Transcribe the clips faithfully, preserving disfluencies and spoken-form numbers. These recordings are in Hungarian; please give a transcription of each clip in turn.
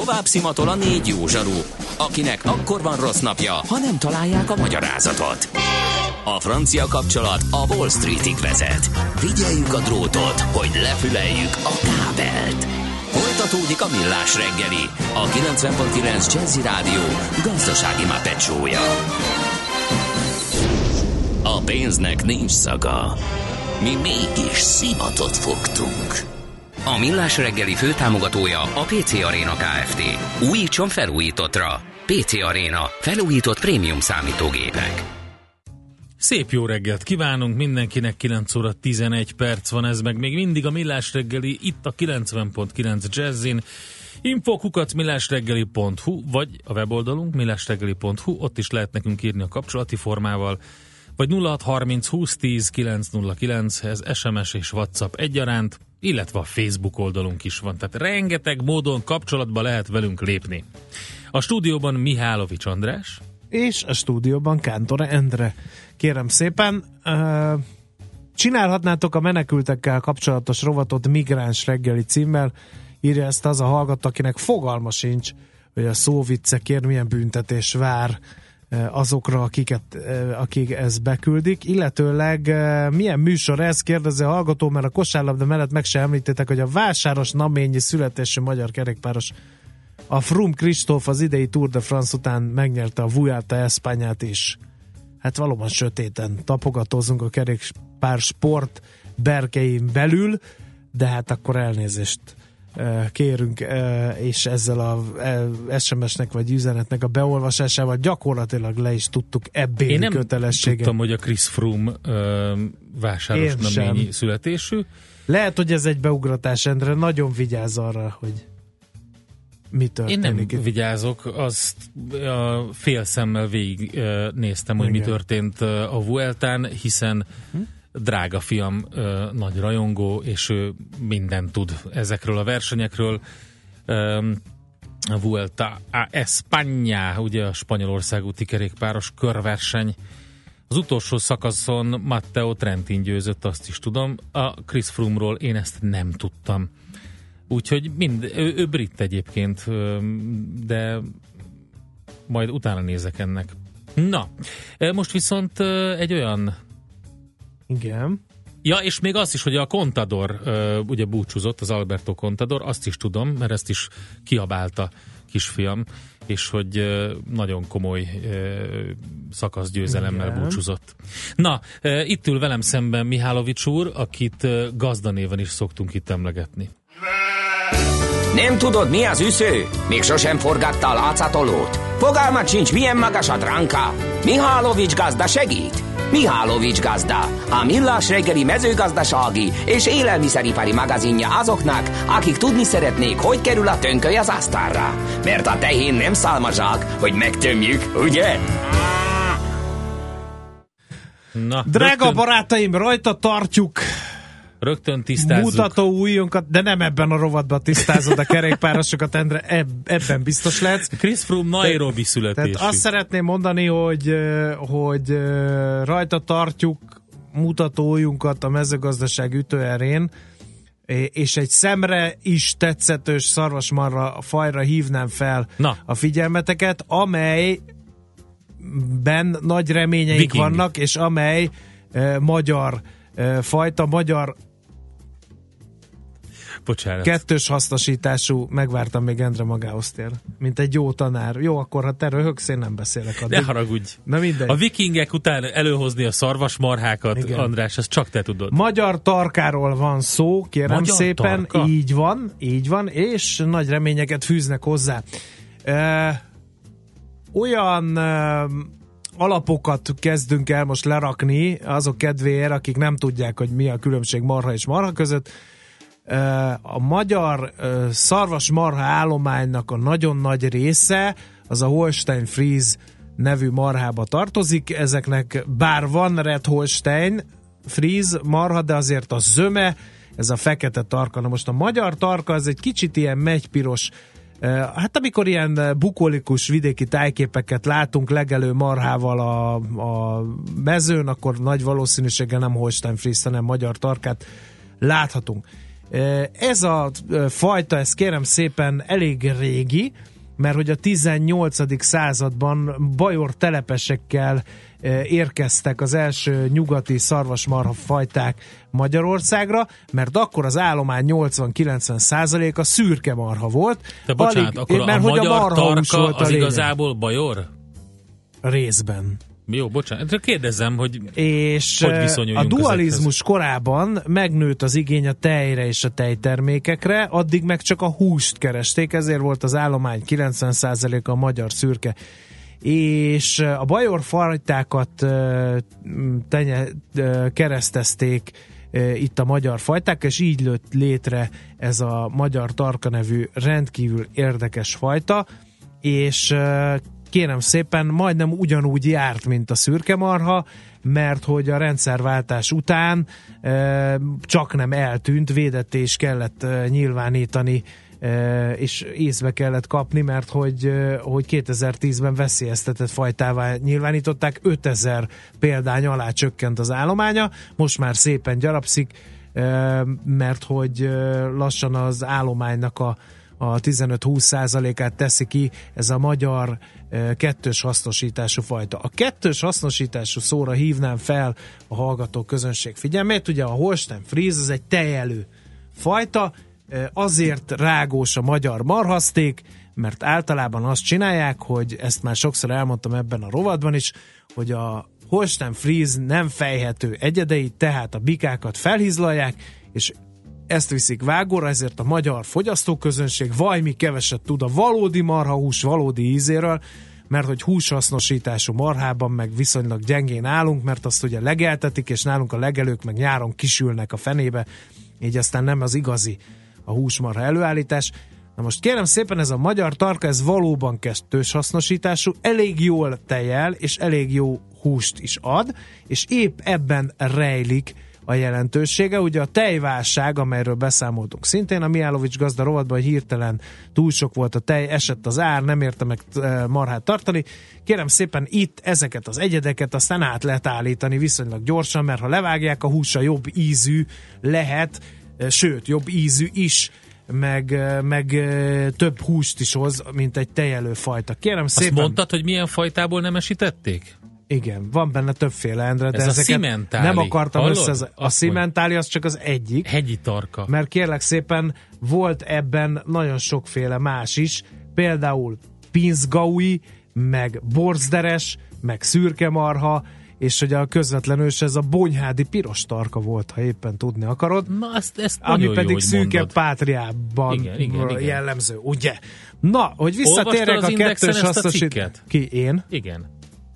tovább szimatol a négy jó zsaru, akinek akkor van rossz napja, ha nem találják a magyarázatot. A francia kapcsolat a Wall Streetig vezet. Figyeljük a drótot, hogy lefüleljük a kábelt. Folytatódik a Millás reggeli, a kilencven pont kilenc Jazzy Rádió gazdasági mápecsója. A pénznek nincs szaga. Mi mégis szimatot fogtunk. A Millás reggeli főtámogatója a pé cé Arena Kft. Újítson felújítottra. pé cé Arena. Felújított prémium számítógépek. Szép jó reggelt kívánunk mindenkinek, kilenc óra tizenegy perc van, ez meg még mindig a Millás reggeli, itt a kilencven pont kilenc Jazzin. info kukac millásreggeli pont hu, vagy a weboldalunk millásreggeli pont hu, ott is lehet nekünk írni a kapcsolati formával, vagy nulla hat harminc húsz tíz kilenc nulla kilenc, ez es em es és WhatsApp egyaránt, illetve a Facebook oldalunk is van, tehát rengeteg módon kapcsolatba lehet velünk lépni. A stúdióban Mihálovics András. És a stúdióban Kántor Endre. Kérem szépen, uh, csinálhatnátok a menekültekkel kapcsolatos rovatot Migráns reggeli címmel, írja ezt az a hallgató, akinek fogalma sincs, hogy a szóviccekért milyen büntetés vár azokra, akiket, akik ezt beküldik, illetőleg milyen műsor ez, kérdezi a hallgató, mert a kosárlabda mellett meg se említettek, hogy a Vásáros Naményi születésű magyar kerékpáros, a Froome Kristóf az idei Tour de France után megnyerte a Vuelta Espanyát is. Hát valóban sötéten tapogatózunk a kerékpár sport berkein belül, de hát akkor elnézést kérünk, és ezzel a es em es-nek vagy üzenetnek a beolvasásával gyakorlatilag le is tudtuk ebbéli kötelességet. Én nem tudtam, hogy a Chris Froome Vásáros Naményi születésű. Lehet, hogy ez egy beugratás, Endre, nagyon vigyázz arra, hogy mi történik. Én nem itt vigyázok, azt a fél szemmel végig néztem, hogy igen, mi történt a Vueltán, hiszen hm? drága fiam nagy rajongó, és ő mindent tud ezekről a versenyekről. A Vuelta a España, ugye a Spanyolország úti kerékpáros körverseny. Az utolsó szakaszon Matteo Trentin győzött, azt is tudom. A Chris Froome-ról én ezt nem tudtam. Úgyhogy mind, ő, ő brit egyébként, de majd utána nézek ennek. Na, most viszont egy olyan... Igen. Ja, és még azt is, hogy a Contador ugye búcsúzott, az Alberto Contador, azt is tudom, mert ezt is kiabálta kisfiam, és hogy nagyon komoly szakaszgyőzelemmel igen, búcsúzott. Na, itt ül velem szemben Mihálovics úr, akit gazdanéven is szoktunk itt emlegetni. Nem tudod, mi az üsző? Még sosem forgatta a látszatolót? Fogalmat sincs, milyen magas a dránka? Mihálovics gazda segít? Mihálovics gazda, a Millás reggeli mezőgazdasági és élelmiszeripari magazinja azoknak, akik tudni szeretnék, hogy kerül a tönköly az asztalra. Mert a tehén nem szálmazsák, hogy megtömjük, ugye? Na, drága rögtön... barátaim, rajta tartjuk rögtön tisztázzuk. Mutató újonkat, de nem ebben a rovatban tisztázod a kerékpárosokat, Endre, eb, ebben biztos lehetsz. Chris Froome Nairobi születésű. Tehát azt szeretném mondani, hogy, hogy rajta tartjuk mutató újunkat a mezőgazdaság ütőerén, és egy szemre is tetszetős szarvasmarha fajra hívnám fel Na. a figyelmeteket, amelyben nagy reményeink Viking. vannak, és amely eh, magyar eh, fajta, magyar Bocsánat. kettős hasznosítású, megvártam még Endre magához tér, mint egy jó tanár. Jó, akkor ha te röhögsz, én nem beszélek addig. Ne haragudj. Na mindegy. A vikingek után előhozni a szarvasmarhákat, igen, András, ezt csak te tudod. Magyar tarkáról van szó, kérem magyar szépen. Tarka? Így van, így van, és nagy reményeket fűznek hozzá. E, olyan e, alapokat kezdünk el most lerakni azok kedvéért, akik nem tudják, hogy mi a különbség marha és marha között. A magyar uh, szarvasmarha állománynak a nagyon nagy része az a Holstein Fries nevű marhába tartozik. Ezeknek bár van Red Holstein Fries marha, de azért a zöme, ez a fekete tarka. Na most a magyar tarka az egy kicsit ilyen megypiros, uh, hát amikor ilyen bukolikus vidéki tájképeket látunk legelő marhával a, a mezőn, akkor nagy valószínűséggel nem Holstein Fries, hanem magyar tarkát láthatunk. Ez a fajta, ez kérem szépen elég régi, mert hogy a tizennyolcadik században bajor telepesekkel érkeztek az első nyugati szarvasmarha fajták Magyarországra, mert akkor az állomány nyolcvan-kilencven százaléka szürke marha volt. De bocsánat, Alig, akkor mert a magyar a tarka az igazából bajor? Részben. Jó, bocsánat, kérdezem, hogy és hogy viszonyuljunk a dualizmus ezekhez. Korában megnőtt az igény a tejre és a tejtermékekre, addig meg csak a húst keresték, ezért volt az állomány kilencven százaléka a magyar szürke. És a bajor fajtákat tenye, keresztezték itt a magyar fajták, és így lőtt létre ez a magyar tarka nevű rendkívül érdekes fajta, és kérem szépen, majdnem ugyanúgy járt, mint a szürke marha, mert hogy a rendszerváltás után e, csak nem eltűnt, védetté is kellett e, nyilvánítani, e, és észbe kellett kapni, mert hogy, e, hogy kétezer-tízben veszélyeztetett fajtává nyilvánították, ötezer példány alá csökkent az állománya, most már szépen gyarapszik, e, mert hogy e, lassan az állománynak a a tizenöt-húsz százalékát teszi ki ez a magyar e, kettős hasznosítású fajta. A kettős hasznosítású szóra hívnám fel a hallgató közönség figyelmét. Ugye a Holstein Fries az egy tejelő fajta, e, azért rágós a magyar marhaszték, mert általában azt csinálják, hogy ezt már sokszor elmondtam ebben a rovatban is, hogy a Holstein Fries nem fejhető egyedei, tehát a bikákat felhizlalják, és ezt viszik vágóra, ezért a magyar fogyasztóközönség vajmi keveset tud a valódi marhahús valódi ízéről, mert hogy húshasznosítású marhában meg viszonylag gyengén állunk, mert azt ugye legeltetik, és nálunk a legelők meg nyáron kisülnek a fenébe, így aztán nem az igazi a húsmarha előállítás. Na most kérem szépen, ez a magyar tarka, ez valóban kettős hasznosítású, elég jól tejel, és elég jó húst is ad, és épp ebben rejlik a jelentősége. Ugye a tejválság, amelyről beszámoltunk szintén a Mihálovics Gazda rovatban, hogy hirtelen túl sok volt a tej, esett az ár, nem érte meg marhát tartani. Kérem szépen, itt ezeket az egyedeket aztán át lehet állítani viszonylag gyorsan, mert ha levágják, a húsa jobb ízű lehet, sőt, jobb ízű is, meg, meg több húst is hoz, mint egy tejelő fajta. Kérem Azt szépen... mondtad, hogy milyen fajtából nemesítették? Igen, van benne többféle, Endre, de ez ezeket nem akartam Hallod? össze. A szimentáli az csak az egyik. Hegyi tarka. Mert kérlek szépen, volt ebben nagyon sokféle más is, például pinszgaui, meg borzderes, meg szürkemarha, és hogy a közvetlen ős ez a bonyhádi piros tarka volt, ha éppen tudni akarod. Na, ezt, ezt ami jó, pedig jó, szűke mondod. Pátriában igen, igen, igen. jellemző, ugye? Na, hogy visszatérek a kettős hasznosít... Ki? Én? Igen.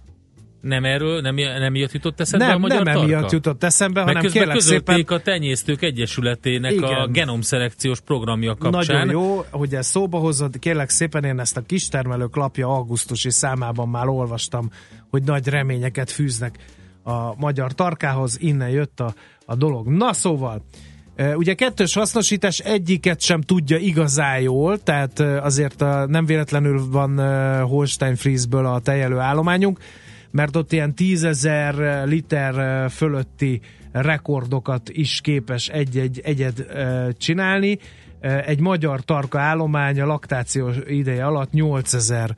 Nem erről, nem, nem ilyet jutott eszembe nem, a magyar nem tarka? Nem emiatt jutott eszembe, hanem közben kérlek szépen... a Tenyésztők Egyesületének igen. a genomszelekciós programja kapcsán. Nagyon jó, hogy ezt szóba hozod, kérlek szépen, én ezt a kistermelők lapja augusztusi számában már olvastam, hogy nagy reményeket fűznek a magyar tarkához, innen jött a, a dolog. Na szóval, ugye kettős hasznosítás egyiket sem tudja igazán jól, tehát azért nem véletlenül van Holstein Friesből a tejelő állományunk, mert ott ilyen tízezer liter fölötti rekordokat is képes egy-egy egyed csinálni. Egy magyar tarka állomány a laktáció ideje alatt nyolcezer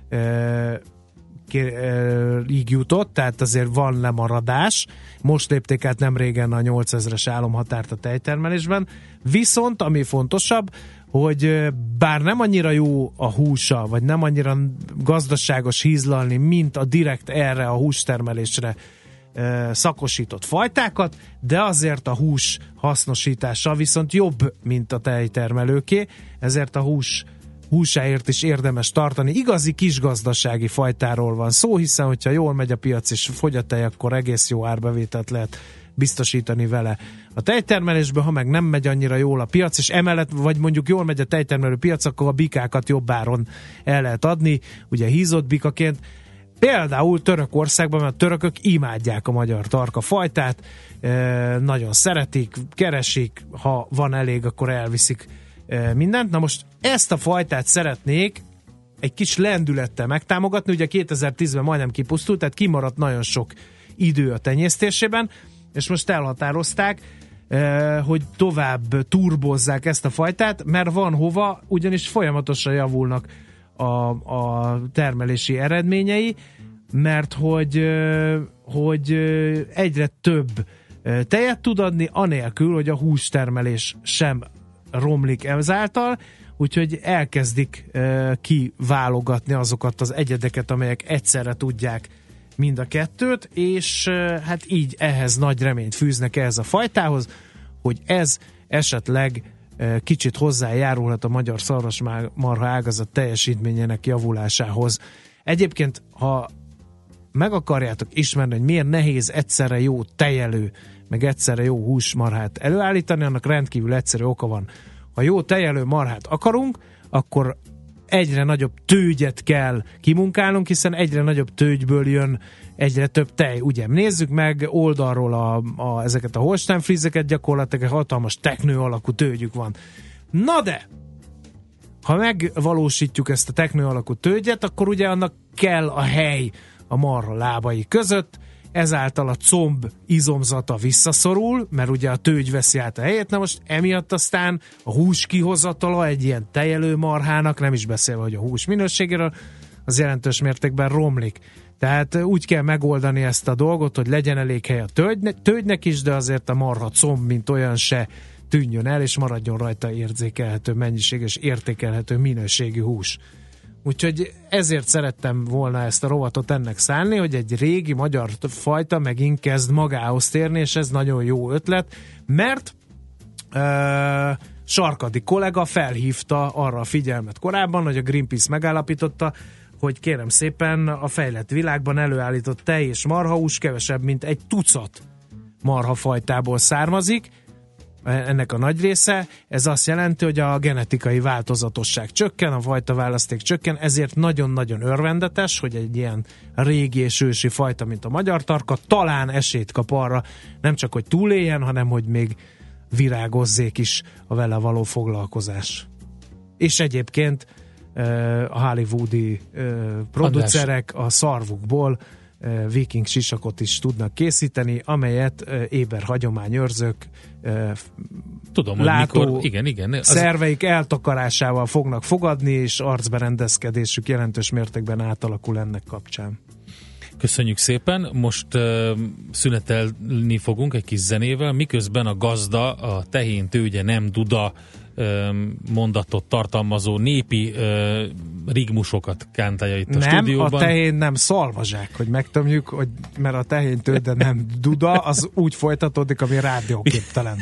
így jutott, tehát azért van lemaradás. Most lépték át nem régen a nyolcezres álomhatárt a tejtermelésben. Viszont, ami fontosabb, hogy bár nem annyira jó a húsa, vagy nem annyira gazdaságos hízlalni, mint a direkt erre a hústermelésre e, szakosított fajtákat, de azért a hús hasznosítása viszont jobb, mint a tejtermelőké, ezért a hús húsáért is érdemes tartani. Igazi kisgazdasági fajtáról van szó, hiszen hogyha jól megy a piac és fogy a tej, akkor egész jó árbevételt lehet biztosítani vele a tejtermelésben, ha meg nem megy annyira jól a piac, és emellett, vagy mondjuk jól megy a tejtermelő piac, akkor a bikákat jobb áron el lehet adni, ugye hízott bikaként. Például Törökországban, mert a törökök imádják a magyar tarka fajtát, e, nagyon szeretik, keresik, ha van elég, akkor elviszik e, mindent. Na most ezt a fajtát szeretnék egy kis lendülettel megtámogatni, ugye kétezer-tízben majdnem kipusztult, tehát kimaradt nagyon sok idő a tenyésztésében, és most elhatározták, hogy tovább turbozzák ezt a fajtát, mert van hova, ugyanis folyamatosan javulnak a, a termelési eredményei, mert hogy, hogy egyre több tejet tud adni, anélkül, hogy a hústermelés sem romlik ezáltal, úgyhogy elkezdik kiválogatni azokat az egyedeket, amelyek egyszerre tudják mind a kettőt, és hát így ehhez nagy reményt fűznek ehhez a fajtához, hogy ez esetleg kicsit hozzájárulhat a magyar szarvasmarha ágazat teljesítményének javulásához. Egyébként, ha meg akarjátok ismerni, hogy miért nehéz egyszerre jó tejelő, meg egyszerre jó húsmarhát előállítani, annak rendkívül egyszerű oka van. Ha jó tejelő marhát akarunk, akkor egyre nagyobb tőgyet kell kimunkálnunk, hiszen egyre nagyobb tőgyből jön egyre több tej. Ugye nézzük meg oldalról a, a, ezeket a Holstein Frieseket, gyakorlatilag hatalmas teknő alakú tőgyük van. Na de, ha megvalósítjuk ezt a teknő alakú tőgyet, akkor ugye annak kell a hely a marha lábai között, ezáltal a comb izomzata visszaszorul, mert ugye a tőgy veszi át a helyét, na most emiatt aztán a hús kihozatala egy ilyen tejelő marhának, nem is beszélve, hogy a hús minőségéről, az jelentős mértékben romlik. Tehát úgy kell megoldani ezt a dolgot, hogy legyen elég hely a tőgyne, tőgynek is, de azért a marha comb, mint olyan se tűnjön el, és maradjon rajta érzékelhető mennyiséges, értékelhető minőségű hús. Úgyhogy ezért szerettem volna ezt a rovatot ennek szánni, hogy egy régi magyar fajta megint kezd magához térni, és ez nagyon jó ötlet, mert uh, Sarkadi kollega felhívta arra a figyelmet korábban, hogy a Greenpeace megállapította, hogy kérem szépen a fejlett világban előállított tej és marhahús kevesebb, mint egy tucat marhafajtából származik, ennek a nagy része. Ez azt jelenti, hogy a genetikai változatosság csökken, a fajtaválaszték csökken, ezért nagyon-nagyon örvendetes, hogy egy ilyen régi és ősi fajta, mint a magyar tarka, talán esélyt kap arra, nem csak, hogy túléljen, hanem, hogy még virágozzék is a vele való foglalkozás. És egyébként a hollywoodi producerek a szarvukból viking sisakot is tudnak készíteni, amelyet éber hagyományőrzők Tudom, látó hogy mikor, igen, igen, az... szerveik eltakarásával fognak fogadni, és arcberendezkedésük jelentős mértékben átalakul ennek kapcsán. Köszönjük szépen, most uh, szünetelni fogunk egy kis zenével, miközben a gazda, a tehén tőgye nem duda mondatot tartalmazó népi uh, rigmusokat kántálja itt a nem, stúdióban. Nem, a tehén nem szalmazsák, hogy megtömjük, hogy, mert a tehén tőde nem duda, az úgy folytatódik, ami rádióképtelen.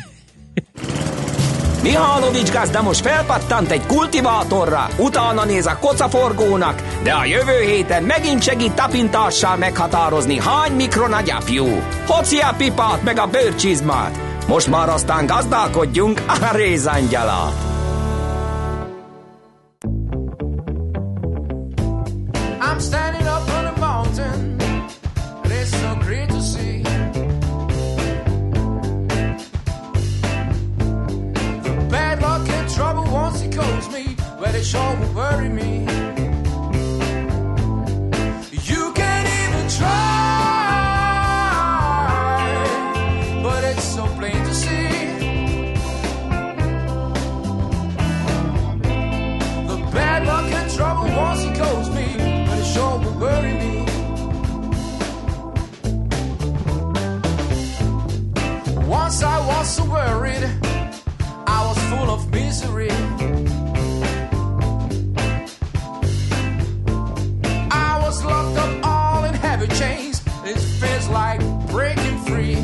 Mihálovics gazda most felpattant egy kultivátorra, utána néz a kocaforgónak, de a jövő héten megint segít tapintással meghatározni, hány mikron a gyapjú. Hoci a pipát meg a bőrcsizmát. Most már aztán gazdálkodjunk a rézangyalát. I'm standing up on a mountain, and it's so great to see. The bad luck and trouble once it calls me, but it sure will worry me. You can't even try. So plain to see, the bad luck and trouble once it goes me, but it sure will worry me. Once I was so worried, I was full of misery. I was locked up all in heavy chains. It feels like breaking free.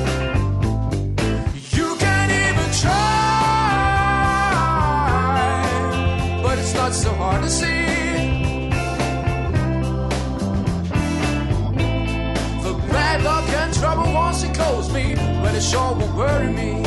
So hard to see. The bad luck and trouble once it goes me, but it sure won't worry me.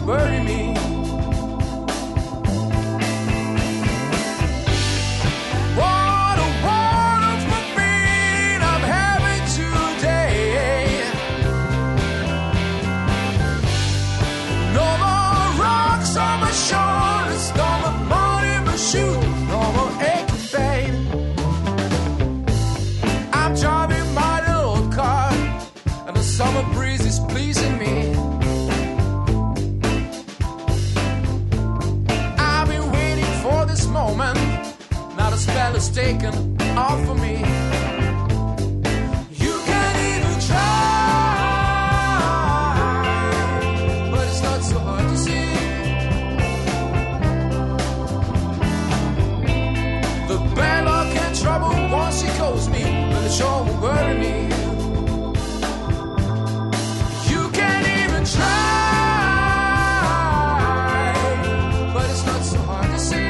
will bury me. What a wonderful feeling I'm having today. No more rocks on my shoulders, no more mud in my shoes, no more aching pain. I'm driving my old car, and the summer breeze is pleasing me. I've been waiting for this moment. Now the spell is taken off of me. You can't even try, but it's not so hard to see. The bad luck and trouble once it calls me, but it sure will worry me. You can't even try, but it's not so hard to see.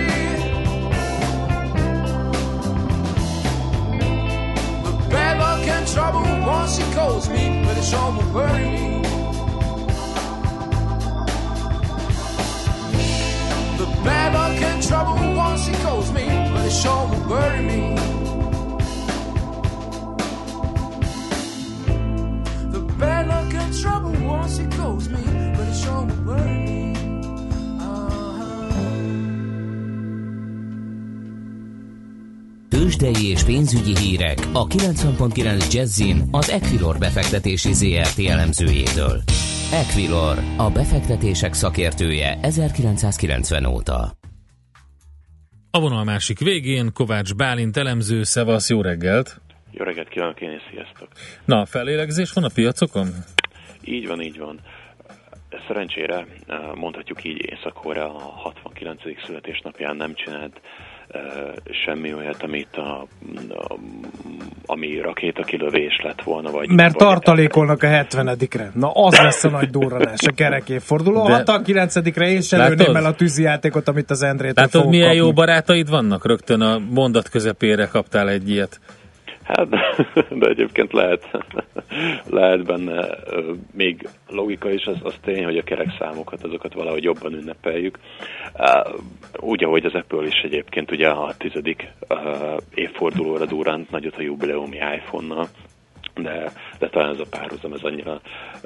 Bad luck and trouble once it calls me, but it sure will worry me. The bad luck and trouble once it calls me, but it sure will worry me. The bad luck and trouble once it calls me, but it sure will worry me. Tőzsdei és pénzügyi hírek a kilencven pont kilenc Jazzin az Equilor befektetési zé er té elemzőjétől. Equilor, a befektetések szakértője ezerkilencszázkilencven óta. A vonal másik végén Kovács Bálint elemző, szevasz, jó reggelt! Jó reggelt kívánok én is, sziasztok! Na, felélegzés van a piacokon? Így van, így van. Szerencsére mondhatjuk így, Észak-Korea a hatvankilencedik születésnapján nem csinált semmi olyat, amit a, a, ami rakétakilövés lett volna. Vagy, Mert vagy tartalékolnak a hetvenedikre. Na, az lesz a nagy durranás, a kerekévforduló. A hatvankilencedikre én sem lőném el a tűzijátékot, amit az Endrétől fogok milyen kapni. jó barátaid vannak? Rögtön a mondat közepére kaptál egy ilyet. Hát, de egyébként lehet, lehet benne még logika is, az, az tény, hogy a kerekszámokat, azokat valahogy jobban ünnepeljük. Úgy, ahogy az Apple is egyébként ugye a tizedik évfordulóra durrant nagyot a jubileumi iPhone-nal, de, de talán ez a párhuzam ez annyira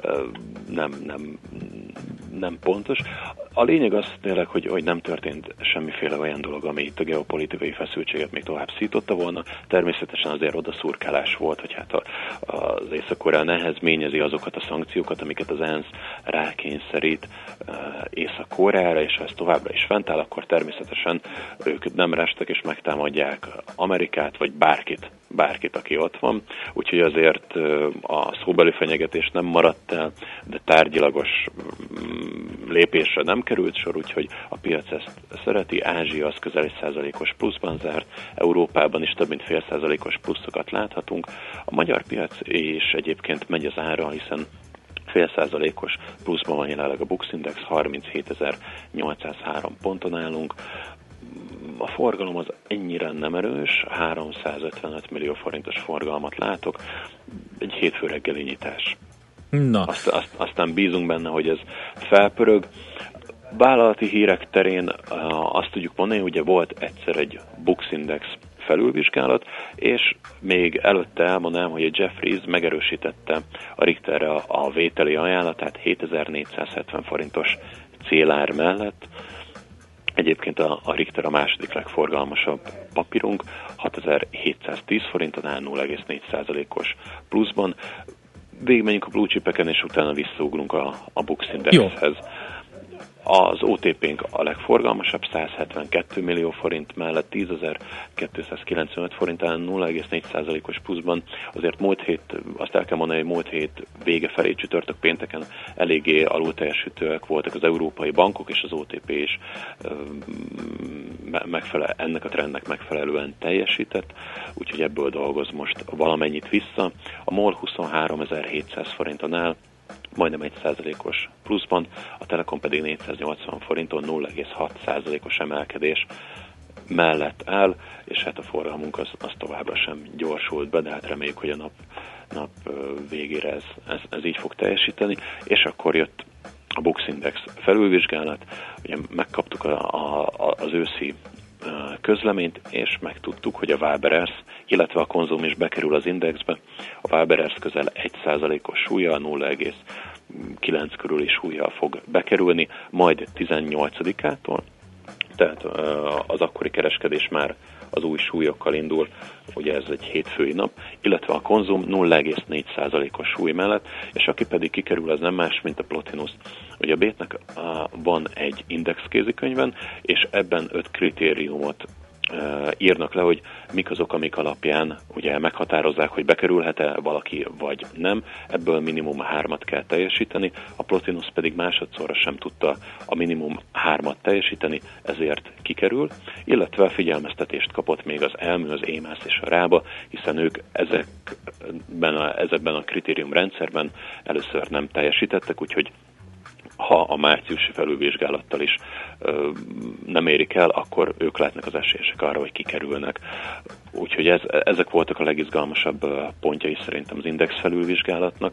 nem, nem, nem pontos. A lényeg az tényleg, hogy, hogy nem történt semmiféle olyan dolog, ami itt a geopolitikai feszültséget még tovább szította volna. Természetesen azért odaszurkálás volt, hogy hát a, az Észak-Korea nehezményezi azokat a szankciókat, amiket az ENSZ rákényszerít uh, Észak-Koreára, és ha ez továbbra is fent áll, akkor természetesen ők nem restek és megtámadják Amerikát, vagy bárkit, bárkit, aki ott van. Úgyhogy azért uh, a szóbeli fenyegetés nem maradt el, de tárgyilagos um, lépésre nem került sor, úgyhogy a piac ezt szereti. Ázsia az közel egy százalékos pluszban zárt, Európában is több mint fél százalékos pluszokat láthatunk. A magyar piac és egyébként megy az ára, hiszen fél százalékos pluszban van jelenleg a Bux Index, harminchét.nyolcszázhárom ponton állunk. A forgalom az ennyire nem erős, háromszázötvenöt millió forintos forgalmat látok, egy hétfő reggeli nyitás. Na. Azt, azt, aztán bízunk benne, hogy ez felpörög. Vállalati hírek terén uh, azt tudjuk mondani, hogy ugye volt egyszer egy Bux Index felülvizsgálat, és még előtte elmondanám, hogy a Jefferies megerősítette a Richterre a, a vételi ajánlatát hétezer-négyszázhetven forintos célár mellett. Egyébként a, a Richter a második legforgalmasabb papírunk, hatezer-hétszáztíz forinton áll, nulla egész négy százalékos pluszban. Végigmenjünk a blue chipeken, és utána visszaugrunk a, a Bux Indexhez. Az o té pé-nk a legforgalmasabb, százhetvenkettő millió forint mellett tízezer-kétszázkilencvenöt forintán, nulla egész négy százalékos pluszban. Azért múlt hét, azt el kell mondani, hogy múlt hét vége felé csütörtök pénteken eléggé alulteljesítőek voltak az európai bankok, és az o té pé is megfelel, ennek a trendnek megfelelően teljesített, úgyhogy ebből dolgoz most valamennyit vissza. A MOL huszonháromezer-hétszáz forinton áll, majdnem egy százalékos pluszban, a Telekom pedig négyszáznyolcvan forinton, nulla egész hat százalékos emelkedés mellett áll, és hát a forgalmunk az, az továbbra sem gyorsult be, de hát reméljük, hogy a nap, nap végére ez, ez, ez így fog teljesíteni, és akkor jött a Bux Index felülvizsgálat, ugye megkaptuk a, a, az őszi közleményt, és megtudtuk, hogy a Waberers, illetve a Konzum is bekerül az indexbe. A Waberers közel egy százalékos súllyal, nulla egész kilenc körüli súllyal fog bekerülni, majd tizennyolcadikától, tehát az akkori kereskedés már az új súlyokkal indul, ugye ez egy hétfői nap, illetve a Konzum nulla egész négy százalékos súly mellett, és aki pedig kikerül, az nem más, mint a Plotinus. Ugye a Bétnek van egy index kézikönyvben, és ebben öt kritériumot írnak le, hogy mik azok, amik alapján ugye meghatározzák, hogy bekerülhet-e valaki, vagy nem. Ebből minimum hármat kell teljesíteni, a Plotinus pedig másodszorra sem tudta a minimum hármat teljesíteni, ezért kikerül, illetve figyelmeztetést kapott még az Elmű, az Émász és a Rába, hiszen ők ezekben a, ezekben a kritérium rendszerben először nem teljesítettek, úgyhogy ha a márciusi felülvizsgálattal is ö, nem érik el, akkor ők lehetnek az esélyesek arra, hogy kikerülnek. Úgyhogy ez, ezek voltak a legizgalmasabb pontjai szerintem az index felülvizsgálatnak.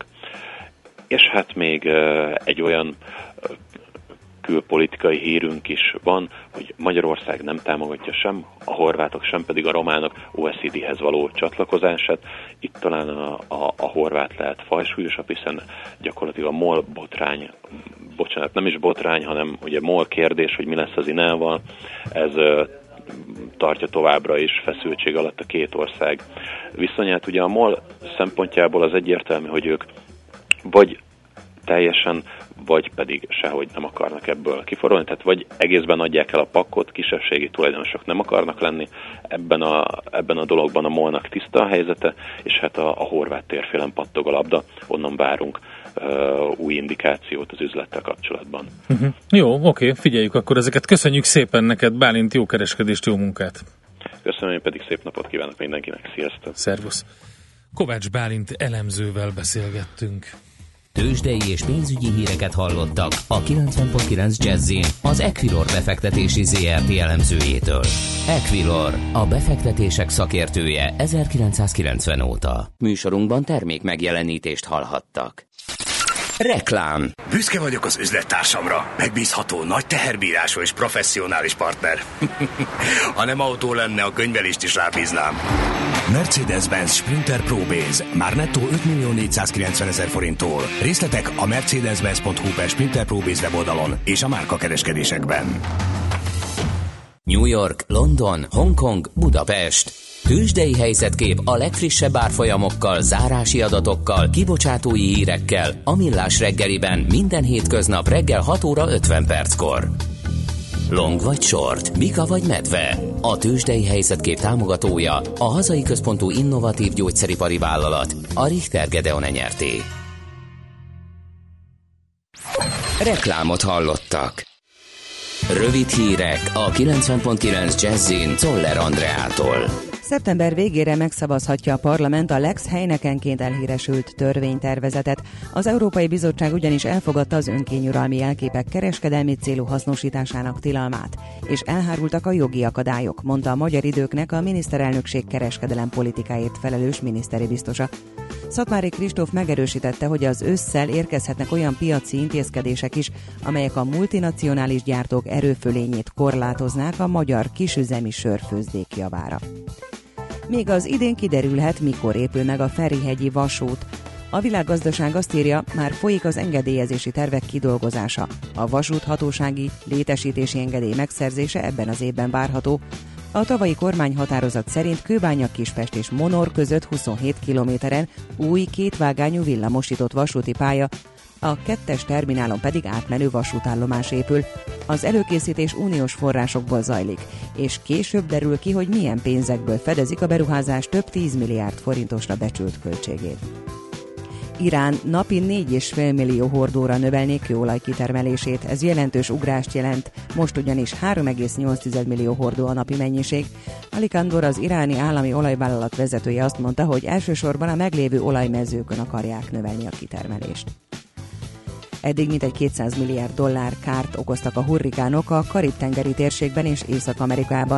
És hát még ö, egy olyan ö, külpolitikai hírünk is van, hogy Magyarország nem támogatja sem a horvátok, sem pedig a románok o e cé dé-hez való csatlakozását. Itt talán a, a, a horvát lehet fajsúlyosabb, hiszen gyakorlatilag a MOL botrány, bocsánat, nem is botrány, hanem ugye MOL kérdés, hogy mi lesz az inával, ez ö, tartja továbbra is feszültség alatt a két ország viszonyát. Ugye a MOL szempontjából az egyértelmű, hogy ők vagy teljesen, vagy pedig sehogy nem akarnak ebből kiforolni, tehát vagy egészben adják el a pakkot, kisebbségi tulajdonosok nem akarnak lenni, ebben a, ebben a dologban a MOL-nak tiszta a helyzete, és hát a, a horvát térfélen pattog a labda, onnan várunk uh, új indikációt az üzlettel kapcsolatban. Uh-huh. Jó, oké, figyeljük akkor ezeket. Köszönjük szépen neked, Bálint, jó kereskedést, jó munkát! Köszönöm, én pedig szép napot kívánok mindenkinek, sziasztok! Szervusz! Kovács Bálint elemzővel beszélgettünk. Tőzsdei és pénzügyi híreket hallottak a kilencven pont kilenc Jazzin az Equilor befektetési zé er té elemzőjétől. Equilor, a befektetések szakértője ezerkilencszázkilencven óta. Műsorunkban termék megjelenítést hallhattak. Reklám. Büszke vagyok az üzlettársamra. Megbízható, nagy teherbírású és professzionális partner. Ha nem autó lenne, a könyvelést is rábíznám. Mercedes-Benz Sprinter Pro Base. Már nettó ötmillió négyszázkilencvenezer forinttól. Részletek a mercedes-benz pont hu per Sprinter Pro Base weboldalon és a márka kereskedésekben. New York, London, Hongkong, Budapest. Tőzsdei helyzetkép a legfrissebb árfolyamokkal, zárási adatokkal, kibocsátói hírekkel a Millás reggeliben minden hétköznap reggel hat óra ötven perckor. Long vagy short, bika vagy medve. A tőzsdei helyzetkép támogatója a hazai központú innovatív gyógyszeripari vállalat, a Richter Gedeon Nyrt. Reklámot hallottak. Rövid hírek a kilencven pont kilenc Jazzin Czoller Andreától. Szeptember végére megszavazhatja a parlament a Lex Heinekenként elhíresült törvénytervezetet. Az Európai Bizottság ugyanis elfogadta az önkényuralmi jelképek kereskedelmi célú hasznosításának tilalmát, és elhárultak a jogi akadályok, mondta a Magyar Időknek a miniszterelnökség kereskedelem politikáért felelős miniszteri biztosa. Szatmári Kristóf megerősítette, hogy az ősszel érkezhetnek olyan piaci intézkedések is, amelyek a multinacionális gyártók erőfölényét korlátoznák a magyar kisüzemi sörfőzdék javára. Még az idén kiderülhet, mikor épül meg a Ferihegyi vasút. A Világgazdaság azt írja, már folyik az engedélyezési tervek kidolgozása. A vasúthatósági létesítési engedély megszerzése ebben az évben várható. A tavalyi kormányhatározat szerint Kőbánya-Kispest és Monor között huszonhét kilométeren új kétvágányú villamosított vasúti pálya, a kettes terminálon pedig átmenő vasútállomás épül. Az előkészítés uniós forrásokból zajlik, és később derül ki, hogy milyen pénzekből fedezik a beruházás több tíz milliárd forintosra becsült költségét. Irán napi négy egész öt millió hordóra növelné kőolaj kitermelését, ez jelentős ugrást jelent, most ugyanis három egész nyolc millió hordó a napi mennyiség. Ali Kandor, az iráni állami olajvállalat vezetője azt mondta, hogy elsősorban a meglévő olajmezőkön akarják növelni a kitermelést. Eddig mintegy kétszáz milliárd dollár kárt okoztak a hurrikánok a Karib-tengeri térségben és Észak-Amerikában.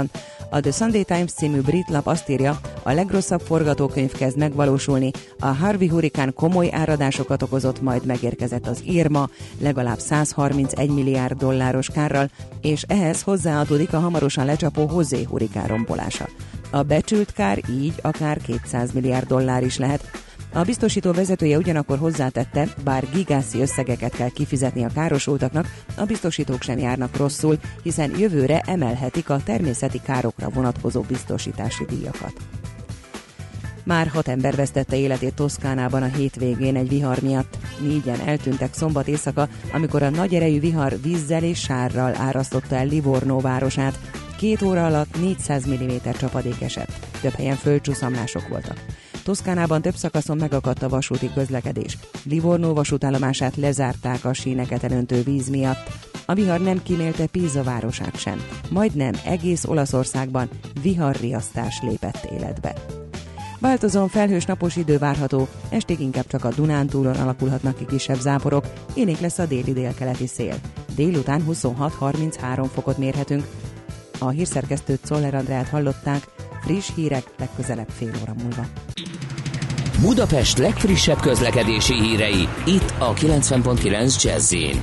A The Sunday Times című brit lap azt írja, a legrosszabb forgatókönyv kezd megvalósulni, a Harvey hurrikán komoly áradásokat okozott, majd megérkezett az Irma, legalább száz harmincegy milliárd dolláros kárral, és ehhez hozzáadódik a hamarosan lecsapó José hurrikán rombolása. A becsült kár így akár kétszáz milliárd dollár is lehet. A biztosító vezetője ugyanakkor hozzátette, bár gigászi összegeket kell kifizetni a károsultaknak, a biztosítók sem járnak rosszul, hiszen jövőre emelhetik a természeti károkra vonatkozó biztosítási díjakat. Már hat ember vesztette életét Toszkánában a hétvégén egy vihar miatt. Négyen eltűntek szombat éjszaka, amikor a nagy erejű vihar vízzel és sárral árasztotta el Livorno városát. Két óra alatt négyszáz milliméter csapadék esett. Több helyen földcsúszamlások voltak. Toszkánában több szakaszon megakadt a vasúti közlekedés. Livorno vasútállomását lezárták a síneket elöntő víz miatt. A vihar nem kímélte Pisa városát sem. Majdnem egész Olaszországban viharriasztás lépett életbe. Változóan felhős napos idő várható, estig inkább csak a Dunántúlon alakulhatnak ki kisebb záporok, élénk lesz a déli délkeleti szél. Délután huszonhat harminchárom fokot mérhetünk. A hírszerkesztőt, Czoller Andrát hallották, friss hírek legközelebb fél óra múlva. Budapest legfrissebb közlekedési hírei, itt a kilencven pont kilenc Jazz-in.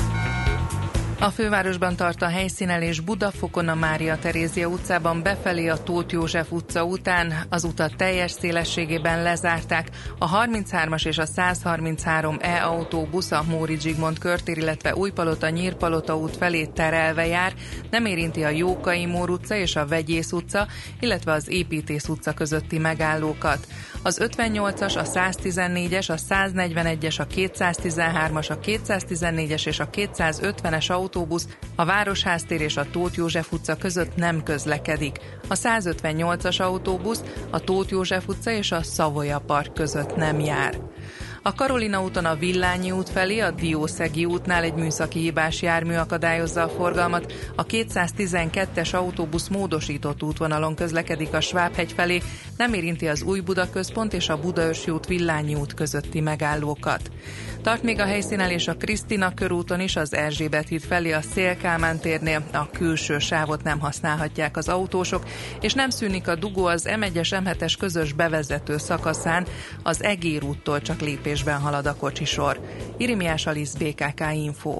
A fővárosban tart a helyszínelés Budafokon a Mária Terézia utcában befelé a Tóth József utca után. Az utat teljes szélességében lezárták. A harminchármas és a száz harminchárom E autóbusz a Móricz Zsigmond körtér, illetve Újpalota Nyírpalota út felé terelve jár. Nem érinti a Jókai Mór utca és a Vegyész utca, illetve az Építész utca közötti megállókat. Az ötvennyolcas, a száztizennégyes, a száznegyvenegyes, a kétszáztizenhármas, a kétszáztizennégyes és a kétszázötvenes autóbusz a Városház tér és a Tóth József utca között nem közlekedik. A százötvennyolcas autóbusz a Tóth József utca és a Savoya Park között nem jár. A Karolina úton a Villányi út felé, a Diószegi útnál egy műszaki hibás jármű akadályozza a forgalmat, a kétszáztizenkettes autóbusz módosított útvonalon közlekedik a Svábhegy felé, nem érinti az Új Buda központ és a Budaörsi út Villányi út közötti megállókat. Tart még a helyszínelés a Krisztina körúton is, az Erzsébet híd felé a Széll-Kálmán térnél, a külső sávot nem használhatják az autósok, és nem szűnik a dugó az em egyes em hetes közös bevezető szakaszán, az Egér úttól csak lépésben halad a kocsisor. Irimiás Alisz, bé ká ká Info.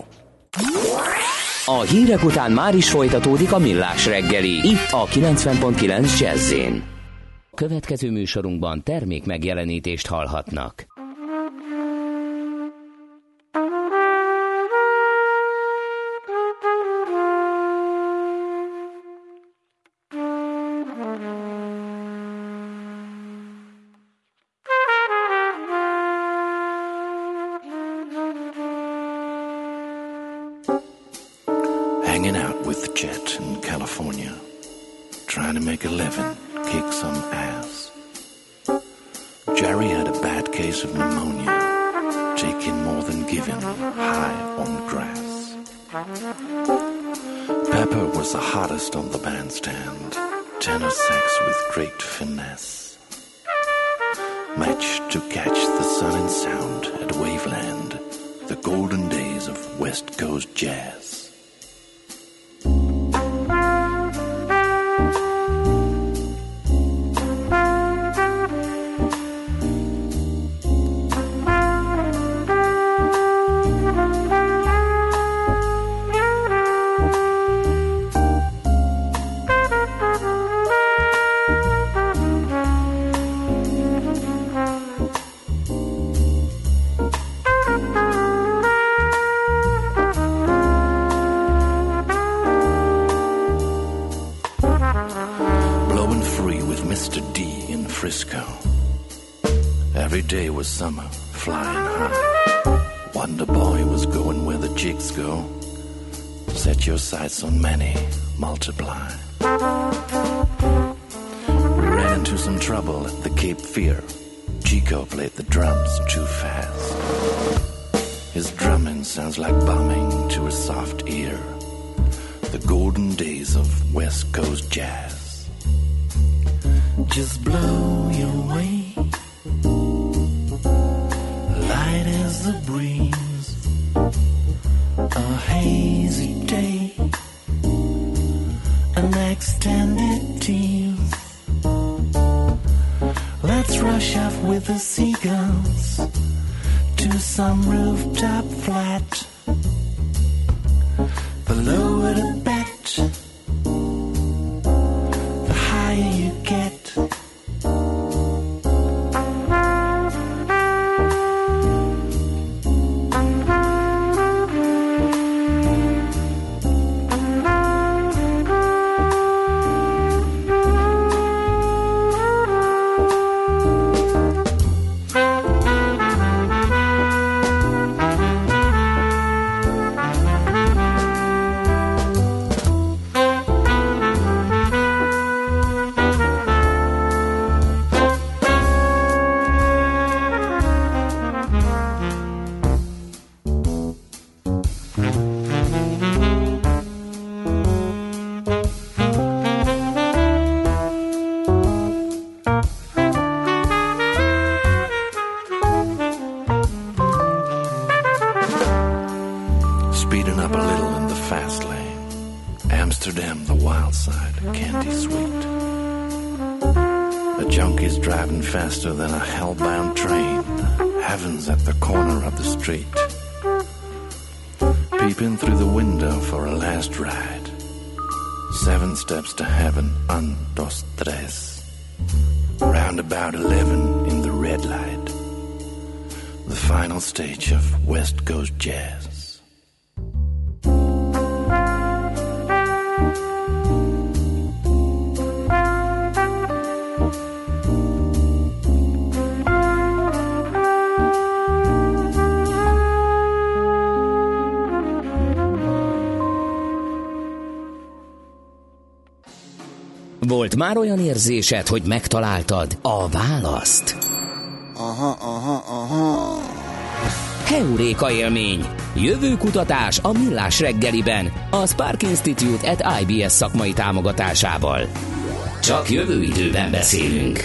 A hírek után már is folytatódik a Millás reggeli, itt a kilencven pont kilenc Jazz-in. Következő műsorunkban termék megjelenítést hallhatnak. Hanging out with Jet in California, trying to make a living, kick some ass. Jerry had a bad case of pneumonia, taking more than giving, high on grass. Pepper was the hottest on the bandstand, tenor sax with great finesse. Match to catch the sun and sound at Waveland, the golden days of West Coast jazz. Summer, flying high. Wonder Boy was going where the jigs go. Set your sights on many, multiply. We ran into some trouble at the Cape Fear. Chico played the drums too fast. His drumming sounds like bombing to a soft ear. The golden days of West Coast jazz. Just blow your way. Light as the breeze, a hazy day, an extended teams. Let's rush off with the seagulls to some rooftop flat. The lower the bet, the higher you get. Faster than a hellbound train. Heaven's at the corner of the street. Peeping through the window for a last ride. Seven steps to heaven, un, dos, tres. Round about eleven in the red light. The final stage of West Coast jazz. Volt már olyan érzésed, hogy megtaláltad a választ? Aha, aha, aha. Heuréka élmény. Jövőkutatás a Millás reggeliben. A Spark Institute at I B S szakmai támogatásával. Csak jövő időben beszélünk.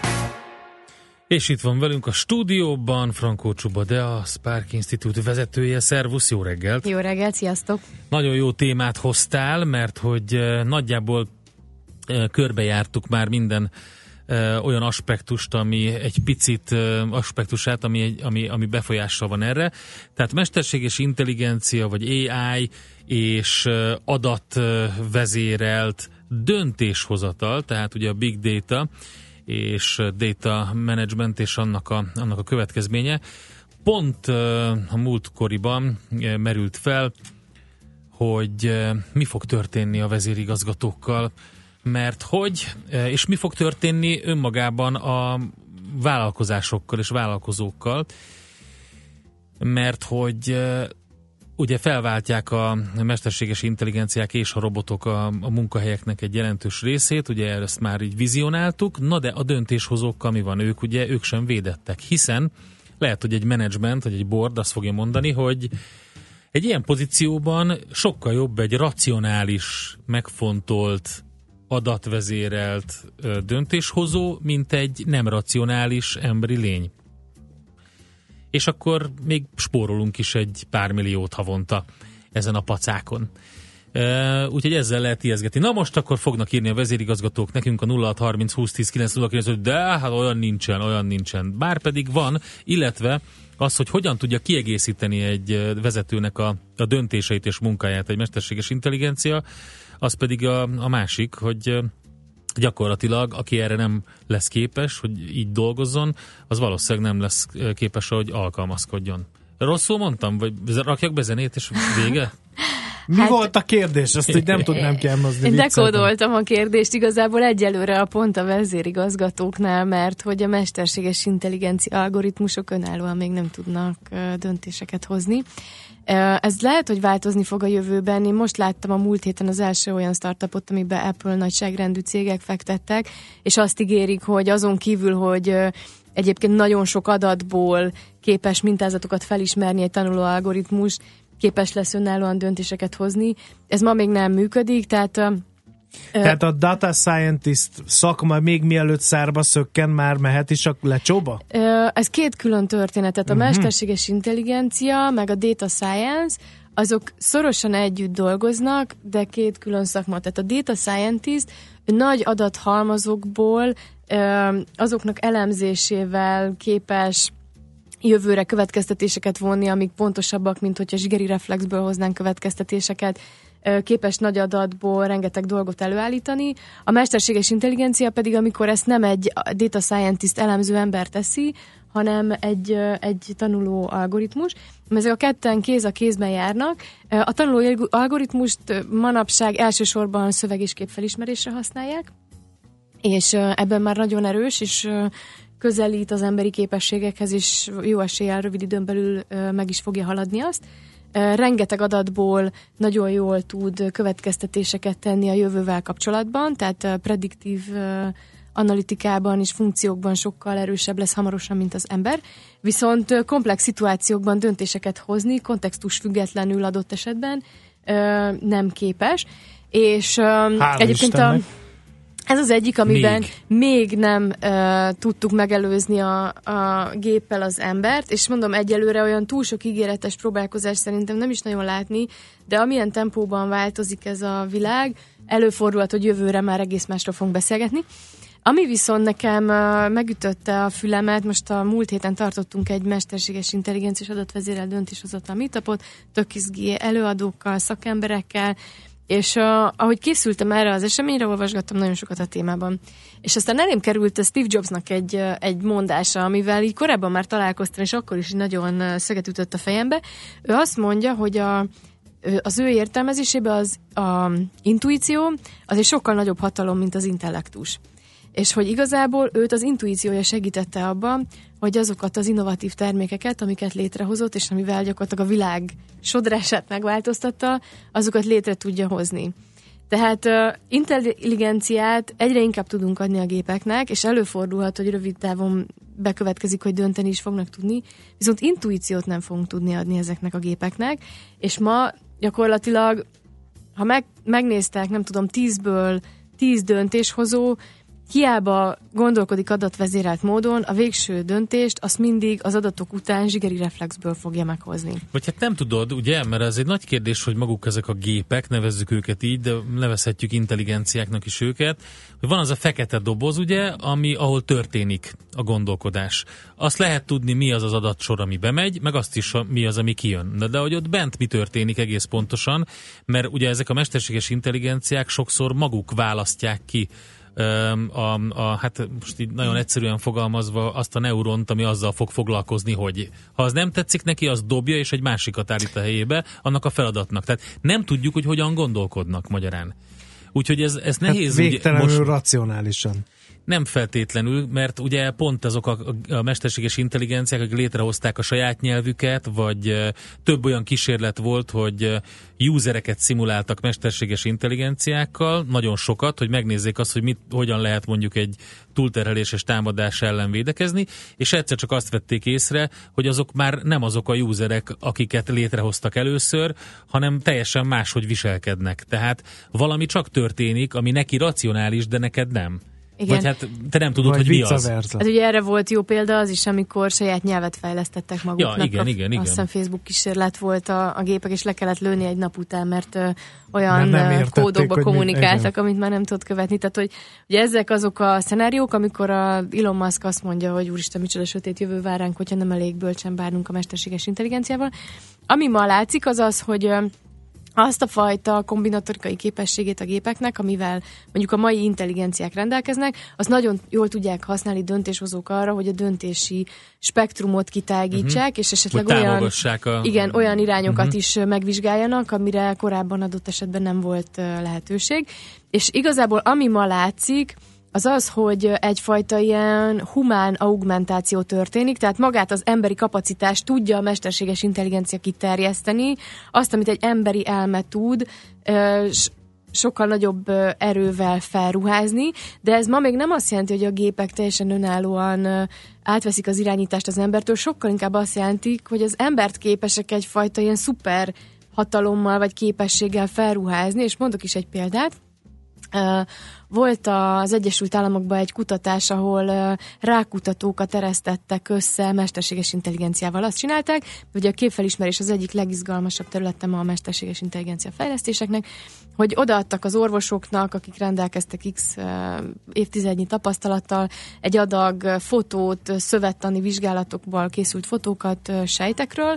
És itt van velünk a stúdióban Frankó Csuba, de a Spark Institute vezetője. Szervusz, jó reggelt! Jó reggelt, sziasztok! Nagyon jó témát hoztál, mert hogy nagyjából körbejártuk már minden ö, olyan aspektust, ami egy picit ö, aspektusát, ami, egy, ami, ami befolyással van erre. Tehát mesterséges intelligencia, vagy á i és ö, adatvezérelt döntéshozatal, tehát ugye a big data és data management és annak a, annak a következménye. Pont ö, a múltkoriban ö, merült fel, hogy ö, mi fog történni a vezérigazgatókkal, mert hogy, és mi fog történni önmagában a vállalkozásokkal és vállalkozókkal, mert hogy ugye felváltják a mesterséges intelligenciák és a robotok a, a munkahelyeknek egy jelentős részét, ugye ezt már így vizionáltuk, na de a döntéshozókkal mi van? Ők ugye, ők sem védettek, hiszen lehet, hogy egy menedzsment, vagy egy board azt fogja mondani, hogy egy ilyen pozícióban sokkal jobb egy racionális, megfontolt, adatvezérelt ö, döntéshozó, mint egy nem racionális emberi lény. És akkor még spórolunk is egy pár milliót havonta ezen a pacákon. Uh, úgyhogy ezzel lehet ijeszgetni. Na most akkor fognak írni a vezérigazgatók nekünk a nulla hat harminc húsz tíz kilenc nulla kilenc, de hát olyan nincsen, olyan nincsen. Bár pedig van, illetve az, hogy hogyan tudja kiegészíteni egy vezetőnek a, a döntéseit és munkáját egy mesterséges intelligencia, az pedig a, a másik, hogy gyakorlatilag aki erre nem lesz képes, hogy így dolgozzon, az valószínűleg nem lesz képes, hogy alkalmazkodjon. Rosszul mondtam? Vagy rakjak be zenét, és vége? Mi hát, volt a kérdés? Azt így nem tudnám kielmozni. Én dekódoltam a kérdést, igazából egyelőre a pont a vezérigazgatóknál, mert hogy a mesterséges intelligencia algoritmusok önállóan még nem tudnak döntéseket hozni. Ez lehet, hogy változni fog a jövőben. Én most láttam a múlt héten az első olyan startupot, amiben Apple nagyságrendű cégek fektettek, és azt ígérik, hogy azon kívül, hogy egyébként nagyon sok adatból képes mintázatokat felismerni egy tanuló algoritmus, képes lesz önállóan döntéseket hozni. Ez ma még nem működik, tehát... Tehát a data scientist szakma még mielőtt szárba szökken, már mehet is a lecsóba? Ez két külön történet. Tehát a uh-huh. mesterséges intelligencia, meg a data science, azok szorosan együtt dolgoznak, de két külön szakma. Tehát a data scientist nagy adathalmazokból azoknak elemzésével képes jövőre következtetéseket vonni, amik pontosabbak, mint hogyha zsigeri reflexből hoznánk következtetéseket, képes nagy adatból rengeteg dolgot előállítani. A mesterséges intelligencia pedig, amikor ezt nem egy data scientist elemző ember teszi, hanem egy, egy tanuló algoritmus. Ezek a ketten kéz a kézben járnak. A tanuló algoritmust manapság elsősorban szöveg- és képfelismerésre használják, és ebben már nagyon erős, és közelít az emberi képességekhez, és jó eséllyel rövid időn belül meg is fogja haladni azt. Rengeteg adatból nagyon jól tud következtetéseket tenni a jövővel kapcsolatban, tehát prediktív analitikában és funkciókban sokkal erősebb lesz hamarosan, mint az ember. Viszont komplex szituációkban döntéseket hozni, kontextus függetlenül adott esetben nem képes. És Hála egyébként Istennek. a Ez az egyik, amiben még, még nem uh, tudtuk megelőzni a, a géppel az embert, és mondom, egyelőre olyan túl sok ígéretes próbálkozás szerintem nem is nagyon látni, de amilyen tempóban változik ez a világ, előfordulhat, hogy jövőre már egész másról fogunk beszélgetni. Ami viszont nekem uh, megütötte a fülemet, most a múlt héten tartottunk egy mesterséges intelligenciás adatvezérelt döntéshozatal meetupot, tök izgi előadókkal, szakemberekkel, és uh, ahogy készültem erre az eseményre, olvasgattam nagyon sokat a témában. És aztán elém került a Steve Jobsnak egy, uh, egy mondása, amivel így korábban már találkoztam, és akkor is nagyon uh, szöget ütött a fejembe. Ő azt mondja, hogy a, az ő értelmezésében az a intuíció az egy sokkal nagyobb hatalom, mint az intellektus. És hogy igazából őt az intuíciója segítette abban, hogy azokat az innovatív termékeket, amiket létrehozott, és amivel gyakorlatilag a világ sodrását megváltoztatta, azokat létre tudja hozni. Tehát uh, intelligenciát egyre inkább tudunk adni a gépeknek, és előfordulhat, hogy rövid távon bekövetkezik, hogy dönteni is fognak tudni, viszont intuíciót nem fogunk tudni adni ezeknek a gépeknek, és ma gyakorlatilag, ha meg, megnéztek, nem tudom, tízből tíz döntéshozó, hiába gondolkodik adatvezérelt módon, a végső döntést azt mindig az adatok után zsigeri reflexből fogja meghozni. Vagy hát nem tudod, ugye, mert ez egy nagy kérdés, hogy maguk ezek a gépek, nevezzük őket így, de nevezhetjük intelligenciáknak is őket, hogy van az a fekete doboz, ugye, ami, ahol történik a gondolkodás. Azt lehet tudni, mi az az adatsor, ami bemegy, meg azt is, mi az, ami kijön. De, de hogy ott bent mi történik egész pontosan, mert ugye ezek a mesterséges intelligenciák sokszor maguk választják ki A, a, hát most így nagyon egyszerűen fogalmazva azt a neuront, ami azzal fog foglalkozni, hogy ha az nem tetszik neki, az dobja, és egy másikat állít a helyébe annak a feladatnak. Tehát nem tudjuk, hogy hogyan gondolkodnak magyarán. Úgyhogy ez, ez nehéz. Hát végtelenül ugye, most racionálisan. Nem feltétlenül, mert ugye pont azok a, a mesterséges intelligenciák, akik létrehozták a saját nyelvüket, vagy uh, több olyan kísérlet volt, hogy uh, usereket szimuláltak mesterséges intelligenciákkal, nagyon sokat, hogy megnézzék azt, hogy mit, hogyan lehet mondjuk egy túlterheléses támadás ellen védekezni, és egyszer csak azt vették észre, hogy azok már nem azok a userek, akiket létrehoztak először, hanem teljesen máshogy viselkednek. Tehát valami csak történik, ami neki racionális, de neked nem. Igen. Vagy hát te nem tudod, vagy hogy mi az. versa. Hát ugye erre volt jó példa az is, amikor saját nyelvet fejlesztettek maguknak. Ja, igen, igen, igen. Azt hiszem Facebook kísérlet volt a, a gépek, és le kellett lőni egy nap után, mert uh, olyan nem értették, kódokba hogy kommunikáltak, mi, amit már nem tudott követni. Tehát, hogy ugye ezek azok a szenáriók, amikor a Elon Musk azt mondja, hogy úristen, micsoda sötét jövő vár ránk, hogyha nem elég bölcsen bánunk a mesterséges intelligenciával. Ami ma látszik, az az, hogy uh, azt a fajta kombinatorikai képességét a gépeknek, amivel mondjuk a mai intelligenciák rendelkeznek, azt nagyon jól tudják használni döntéshozók arra, hogy a döntési spektrumot kitágítsák, uh-huh. és esetleg olyan, a... igen, olyan irányokat uh-huh. is megvizsgáljanak, amire korábban adott esetben nem volt lehetőség. És igazából ami ma látszik, az az, hogy egyfajta ilyen humán augmentáció történik, tehát magát az emberi kapacitást tudja a mesterséges intelligencia kiterjeszteni, azt, amit egy emberi elme tud, sokkal nagyobb erővel felruházni, de ez ma még nem azt jelenti, hogy a gépek teljesen önállóan átveszik az irányítást az embertől, sokkal inkább azt jelenti, hogy az embert képesek egyfajta ilyen szuper hatalommal vagy képességgel felruházni, és mondok is egy példát. Volt az Egyesült Államokban egy kutatás, ahol rákutatókat eresztettek össze mesterséges intelligenciával. Azt csinálták, hogy a képfelismerés az egyik legizgalmasabb területe ma a mesterséges intelligencia fejlesztéseknek, hogy odaadtak az orvosoknak, akik rendelkeztek x évtizednyi tapasztalattal, egy adag fotót, szövettani vizsgálatokból készült fotókat sejtekről,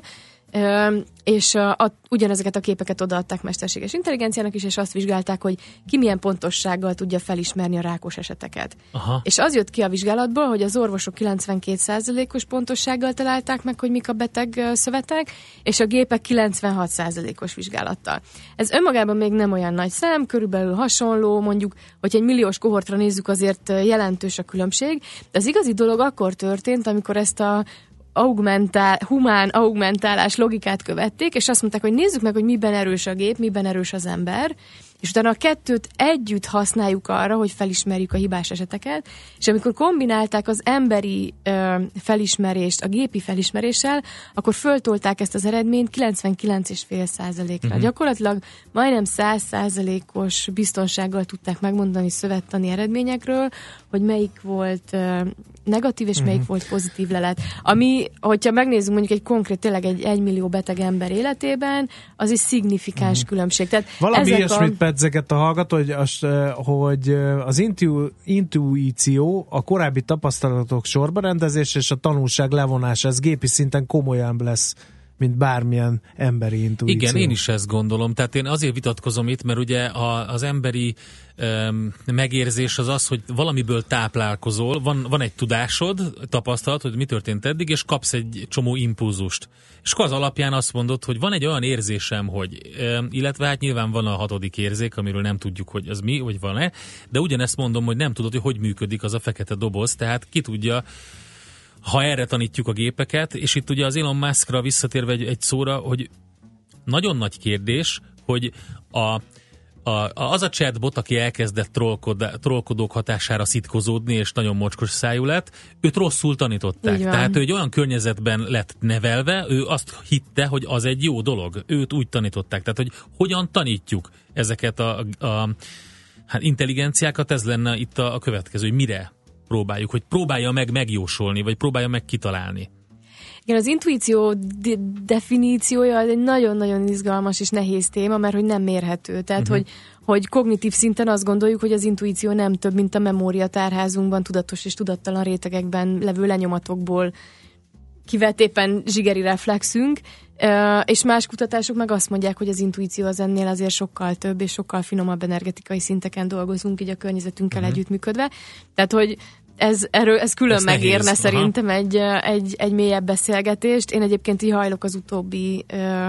és a, a, ugyanezeket a képeket odaadták mesterséges intelligenciának is, és azt vizsgálták, hogy ki milyen pontossággal tudja felismerni a rákos eseteket. Aha. És az jött ki a vizsgálatból, hogy az orvosok kilencvenkét százalékos pontossággal találták meg, hogy mik a beteg szövetek, és a gépek kilencvenhat százalékos vizsgálattal. Ez önmagában még nem olyan nagy szám, körülbelül hasonló, mondjuk, hogy egy milliós kohortra nézzük, azért jelentős a különbség, de az igazi dolog akkor történt, amikor ezt a augmentál, humán augmentálás logikát követték, és azt mondták, hogy nézzük meg, hogy miben erős a gép, miben erős az ember, és utána a kettőt együtt használjuk arra, hogy felismerjük a hibás eseteket, és amikor kombinálták az emberi ö, felismerést a gépi felismeréssel, akkor föltolták ezt az eredményt kilencvenkilenc egész öt százalékra. Uh-huh. Gyakorlatilag majdnem száz százalékos biztonsággal tudták megmondani szövettani eredményekről, hogy melyik volt ö, negatív, és uh-huh. melyik volt pozitív lelet. Ami, hogyha megnézzük mondjuk egy konkrét, tényleg egy egymillió beteg ember életében, az is szignifikáns uh-huh. különbség. Tehát valami ilyesmit a... pedzeget a hallgató, hogy az, hogy az intu, intuíció, a korábbi tapasztalatok sorbarendezés és a tanulság levonása, ez gépi szinten komolyan lesz, mint bármilyen emberi intuíció. Igen, én is ezt gondolom. Tehát én azért vitatkozom itt, mert ugye a, az emberi um, megérzés az az, hogy valamiből táplálkozol, van, van egy tudásod, tapasztalat, hogy mi történt eddig, és kapsz egy csomó impulzust. És az alapján azt mondod, hogy van egy olyan érzésem, hogy, um, illetve hát nyilván van a hatodik érzék, amiről nem tudjuk, hogy az mi, vagy van-e, de ugyanezt mondom, hogy nem tudod, hogy hogy működik az a fekete doboz, tehát ki tudja, ha erre tanítjuk a gépeket, és itt ugye az Elon Muskra visszatérve egy, egy szóra, hogy nagyon nagy kérdés, hogy a, a, az a chatbot, aki elkezdett trollkod, trollkodók hatására szitkozódni, és nagyon mocskos szájú lett, őt rosszul tanították. Tehát ő egy olyan környezetben lett nevelve, ő azt hitte, hogy az egy jó dolog. Őt úgy tanították. Tehát, hogy hogyan tanítjuk ezeket a, a hát intelligenciákat, ez lenne itt a, a következő, hogy mire próbáljuk, hogy próbálja meg megjósolni, vagy próbálja meg kitalálni. Igen, az intuíció de- definíciója egy nagyon-nagyon izgalmas és nehéz téma, mert hogy nem mérhető. Tehát, uh-huh. hogy, hogy kognitív szinten azt gondoljuk, hogy az intuíció nem több, mint a memóriatárházunkban tudatos és tudattalan rétegekben levő lenyomatokból kivett éppen zsigeri reflexünk, és más kutatások meg azt mondják, hogy az intuíció az ennél azért sokkal több, és sokkal finomabb energetikai szinteken dolgozunk, így a környezetünkkel uh-huh. együttműködve. Tehát, hogy ez, erről, ez külön ez megérne nehéz. Szerintem egy, egy, egy mélyebb beszélgetést. Én egyébként így hajlok az utóbbi ö,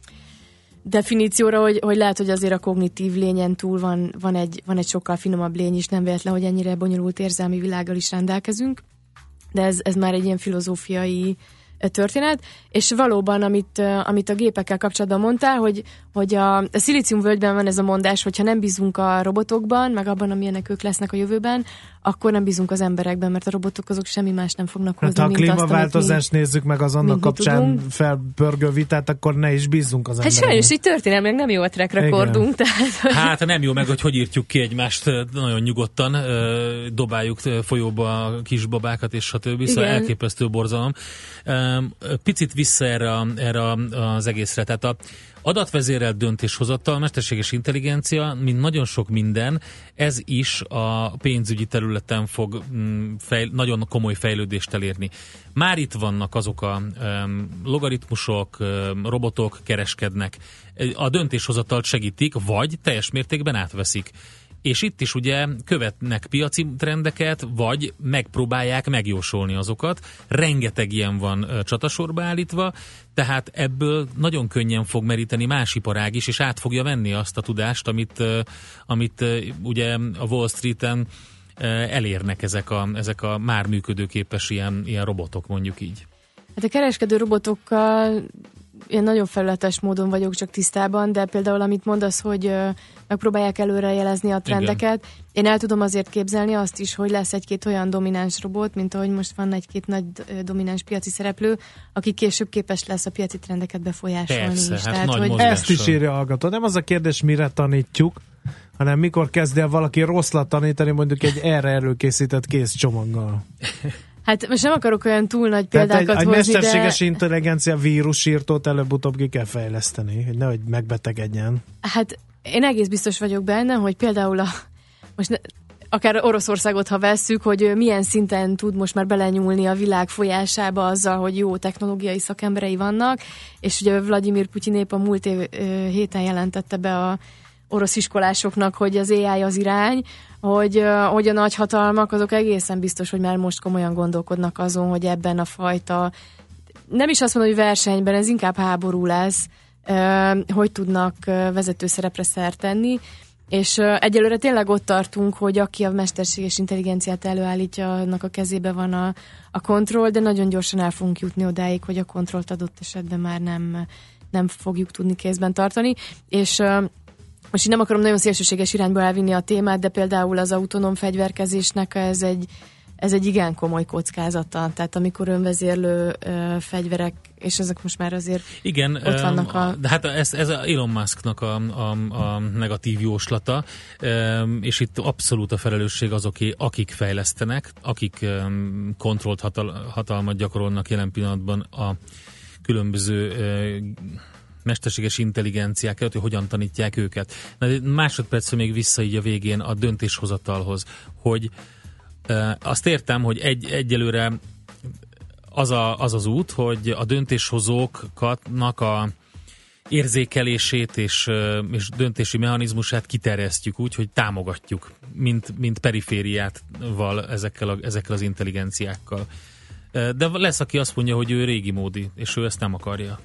definícióra, hogy, hogy lehet, hogy azért a kognitív lényen túl van, van, egy, van egy sokkal finomabb lény is, nem véletlen, hogy ennyire bonyolult érzelmi világgal is rendelkezünk, de ez, ez már egy ilyen filozófiai történet, és valóban, amit, amit a gépekkel kapcsolatban mondtál, hogy, hogy a, a szilíciumvölgyben van ez a mondás, hogyha nem bízunk a robotokban, meg abban, amilyenek ők lesznek a jövőben, akkor nem bízunk az emberekben, mert a robotok azok semmi más nem fognak hozni, hát, mint ha a klímaváltozást nézzük meg az annak kapcsán felpörgő vitát, akkor ne is bízzunk az emberekben. Hát sajnos így történelmileg nem jó a track recordunk. Tehát, hát nem jó meg, hogy hogy írtjuk ki egymást nagyon nyugodtan, dobáljuk folyóba a kisbabákat és stb. Szóval elképesztő borzalom. Picit vissza erre, erre az egészre. Tehát a adatvezérelt döntéshozattal, mesterséges intelligencia, mint nagyon sok minden, ez is a pénzügyi területen fog fejl- nagyon komoly fejlődést elérni. Már itt vannak azok a um, logaritmusok, um, robotok kereskednek, a döntéshozatalt segítik, vagy teljes mértékben átveszik. És itt is ugye követnek piaci trendeket, vagy megpróbálják megjósolni azokat. Rengeteg ilyen van csatasorba állítva, tehát ebből nagyon könnyen fog meríteni más iparág is, és át fogja venni azt a tudást, amit, amit ugye a Wall Streeten elérnek ezek a, ezek a már működőképes ilyen, ilyen robotok, mondjuk így. Hát a kereskedő robotokkal én nagyon felületes módon vagyok csak tisztában, de például amit mondasz, hogy ö, megpróbálják előrejelezni a trendeket, igen. Én el tudom azért képzelni azt is, hogy lesz egy-két olyan domináns robot, mint ahogy most van egy-két nagy domináns piaci szereplő, aki később képes lesz a piaci trendeket befolyásolni Persze, is. Hát Tehát, nagy hogy ezt is írja hallgató. Nem az a kérdés, mire tanítjuk, hanem mikor kezd el valaki rosszlat tanítani, mondjuk egy erre előkészített kész csomaggal. Hát most nem akarok olyan túl nagy példákat egy, egy hozni, mesterséges de... intelligencia vírusírtót előbb-utóbb ki kell fejleszteni, hogy nehogy megbetegedjen. Hát én egész biztos vagyok benne, hogy például a... Most ne, akár Oroszországot, ha vesszük, hogy milyen szinten tud most már belenyúlni a világ folyásába azzal, hogy jó technológiai szakemberei vannak, és ugye Vladimir Putyin épp a múlt év, héten jelentette be a orosz iskolásoknak, hogy az á i az irány, hogy, hogy a nagyhatalmak azok egészen biztos, hogy már most komolyan gondolkodnak azon, hogy ebben a fajta, nem is azt mondom, hogy versenyben, ez inkább háború lesz, hogy tudnak vezető szerepre szert tenni, és egyelőre tényleg ott tartunk, hogy aki a mesterséges intelligenciát előállítja, annak a kezébe van a, a kontroll, de nagyon gyorsan el fogunk jutni odáig, hogy a kontrollt adott esetben már nem, nem fogjuk tudni kézben tartani, és most így nem akarom nagyon szélsőséges irányba elvinni a témát, de például az autonóm fegyverkezésnek ez egy, ez egy igen komoly kockázata. Tehát amikor önvezérlő ö, fegyverek, és ezek most már azért igen, ott vannak a... De hát ez, ez a Elon Musknak a, a, a negatív jóslata, és itt abszolút a felelősség azoké, akik fejlesztenek, akik kontrollt hatal, hatalmat gyakorolnak jelen pillanatban a különböző mesterséges intelligenciák előtt, hogy hogyan tanítják őket. Na, másodpercre még vissza így a végén a döntéshozatalhoz, hogy e, azt értem, hogy egy, egyelőre az, a, az az út, hogy a döntéshozóknak a érzékelését és, és döntési mechanizmusát kiterjesztjük úgy, hogy támogatjuk, mint, mint perifériával ezekkel, a, ezekkel az intelligenciákkal. De lesz, aki azt mondja, hogy ő régi módi, és ő ezt nem akarja.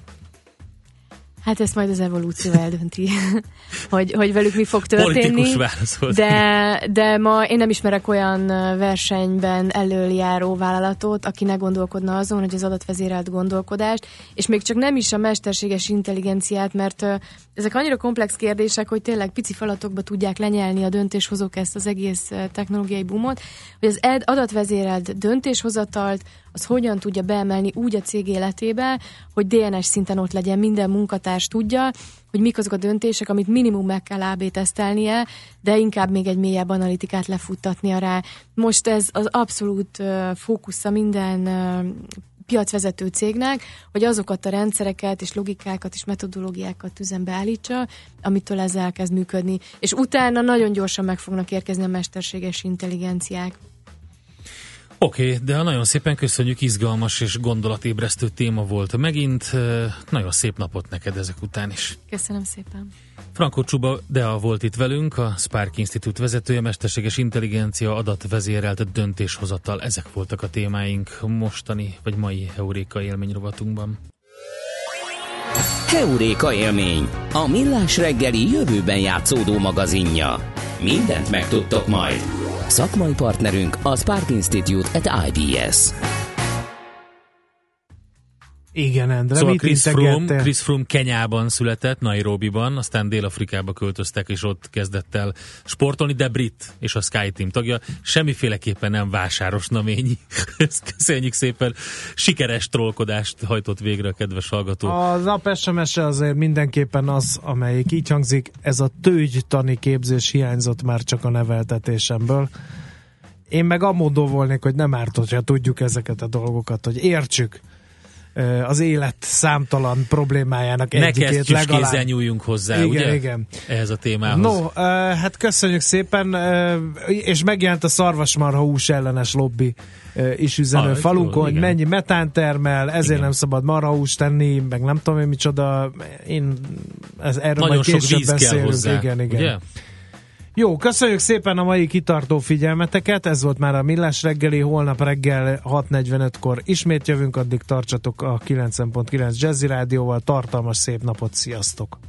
Hát ezt majd az evolúció eldönti, hogy, hogy velük mi fog történni. Politikus válasz volt. De, de ma én nem ismerek olyan versenyben előjáró vállalatot, aki ne gondolkodna azon, hogy az adatvezérelt gondolkodást, és még csak nem is a mesterséges intelligenciát, mert ezek annyira komplex kérdések, hogy tényleg pici falatokba tudják lenyelni a döntéshozók ezt az egész technológiai boomot, hogy az adatvezérelt döntéshozatalt az hogyan tudja beemelni úgy a cég életébe, hogy dé en es szinten ott legyen, minden munkatárs tudja, hogy mik azok a döntések, amit minimum meg kell á bé tesztelnie, de inkább még egy mélyebb analitikát lefuttatnia rá. Most ez az abszolút uh, fókusza minden uh, piacvezető cégnek, hogy azokat a rendszereket és logikákat és metodológiákat üzembe állítsa, amitől ez elkezd működni. És utána nagyon gyorsan meg fognak érkezni a mesterséges intelligenciák. Oké, okay, de nagyon szépen köszönjük, izgalmas és gondolatébresztő téma volt megint. Nagyon szép napot neked ezek után is. Köszönöm szépen. Frankó Csuba Dea volt itt velünk, a Spark Institute vezetője, mesterséges intelligencia, adatvezérelt döntéshozatal. Ezek voltak a témáink mostani, vagy mai Heuréka élmény rovatunkban. Heuréka élmény, a millás reggeli jövőben játszódó magazinja. Mindent megtudtok majd. Szakmai partnerünk a Spark Institute at i bé es. Igen, Endre, szóval mit Chris Froome, Chris Froome Kenyában született, Nairobiban, aztán Dél-Afrikába költöztek, és ott kezdett el sportolni, de brit és a Sky Team tagja. Semmiféleképpen nem vásáros naményi. Köszönjük szépen. Sikeres trollkodást hajtott végre a kedves hallgató. Az nap es em es-e azért mindenképpen az, amelyik így hangzik, ez a tőgytani képzés hiányzott már csak a neveltetésemből. Én meg amódó volnék, hogy nem árt, hogyha tudjuk ezeket a dolgokat, hogy értsük az élet számtalan problémájának ne egyikét legalább. Ne kézzel nyúljunk hozzá, igen, ugye? Igen. Ehhez a témához. No, uh, hát köszönjük szépen, uh, és megjelent a szarvasmarha hús ellenes lobby uh, is üzenő ah, falunkon, hogy mennyi metán termel, ezért igen. nem szabad marhahúst tenni, meg nem tudom én micsoda. Én ez, erről nagyon majd sok később víz beszélünk. kell hozzá, igen, igen. ugye? Jó, köszönjük szépen a mai kitartó figyelmeteket, ez volt már a Millás reggeli, holnap reggel hat negyvenötkor ismét jövünk, addig tartsatok a kilencven pont kilenc Jazzy Rádióval, tartalmas szép napot, sziasztok!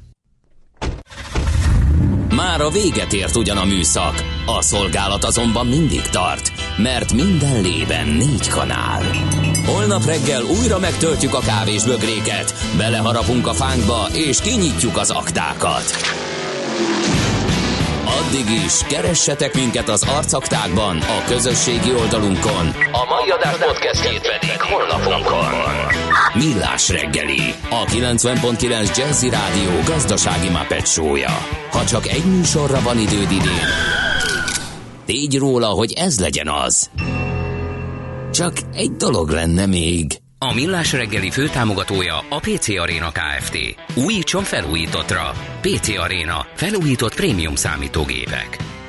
Már a véget ért ugyan a műszak, a szolgálat azonban mindig tart, mert minden lében négy kanál. Holnap reggel újra megtöltjük a kávésbögréket, beleharapunk a fánkba és kinyitjuk az aktákat. Addig is, keressetek minket az arcaktákban, a közösségi oldalunkon. A mai adás podcastjét pedig honlapunkon. Millás reggeli, a kilencven pont kilenc Jazzy Rádió gazdasági Muppet show-ja. Ha csak egy műsorra van időd idén, tégy róla, hogy ez legyen az. Csak egy dolog lenne még. A Millás reggeli főtámogatója a pé cé Arena Kft. Újítson felújítottra. pé cé Arena. Felújított prémium számítógépek.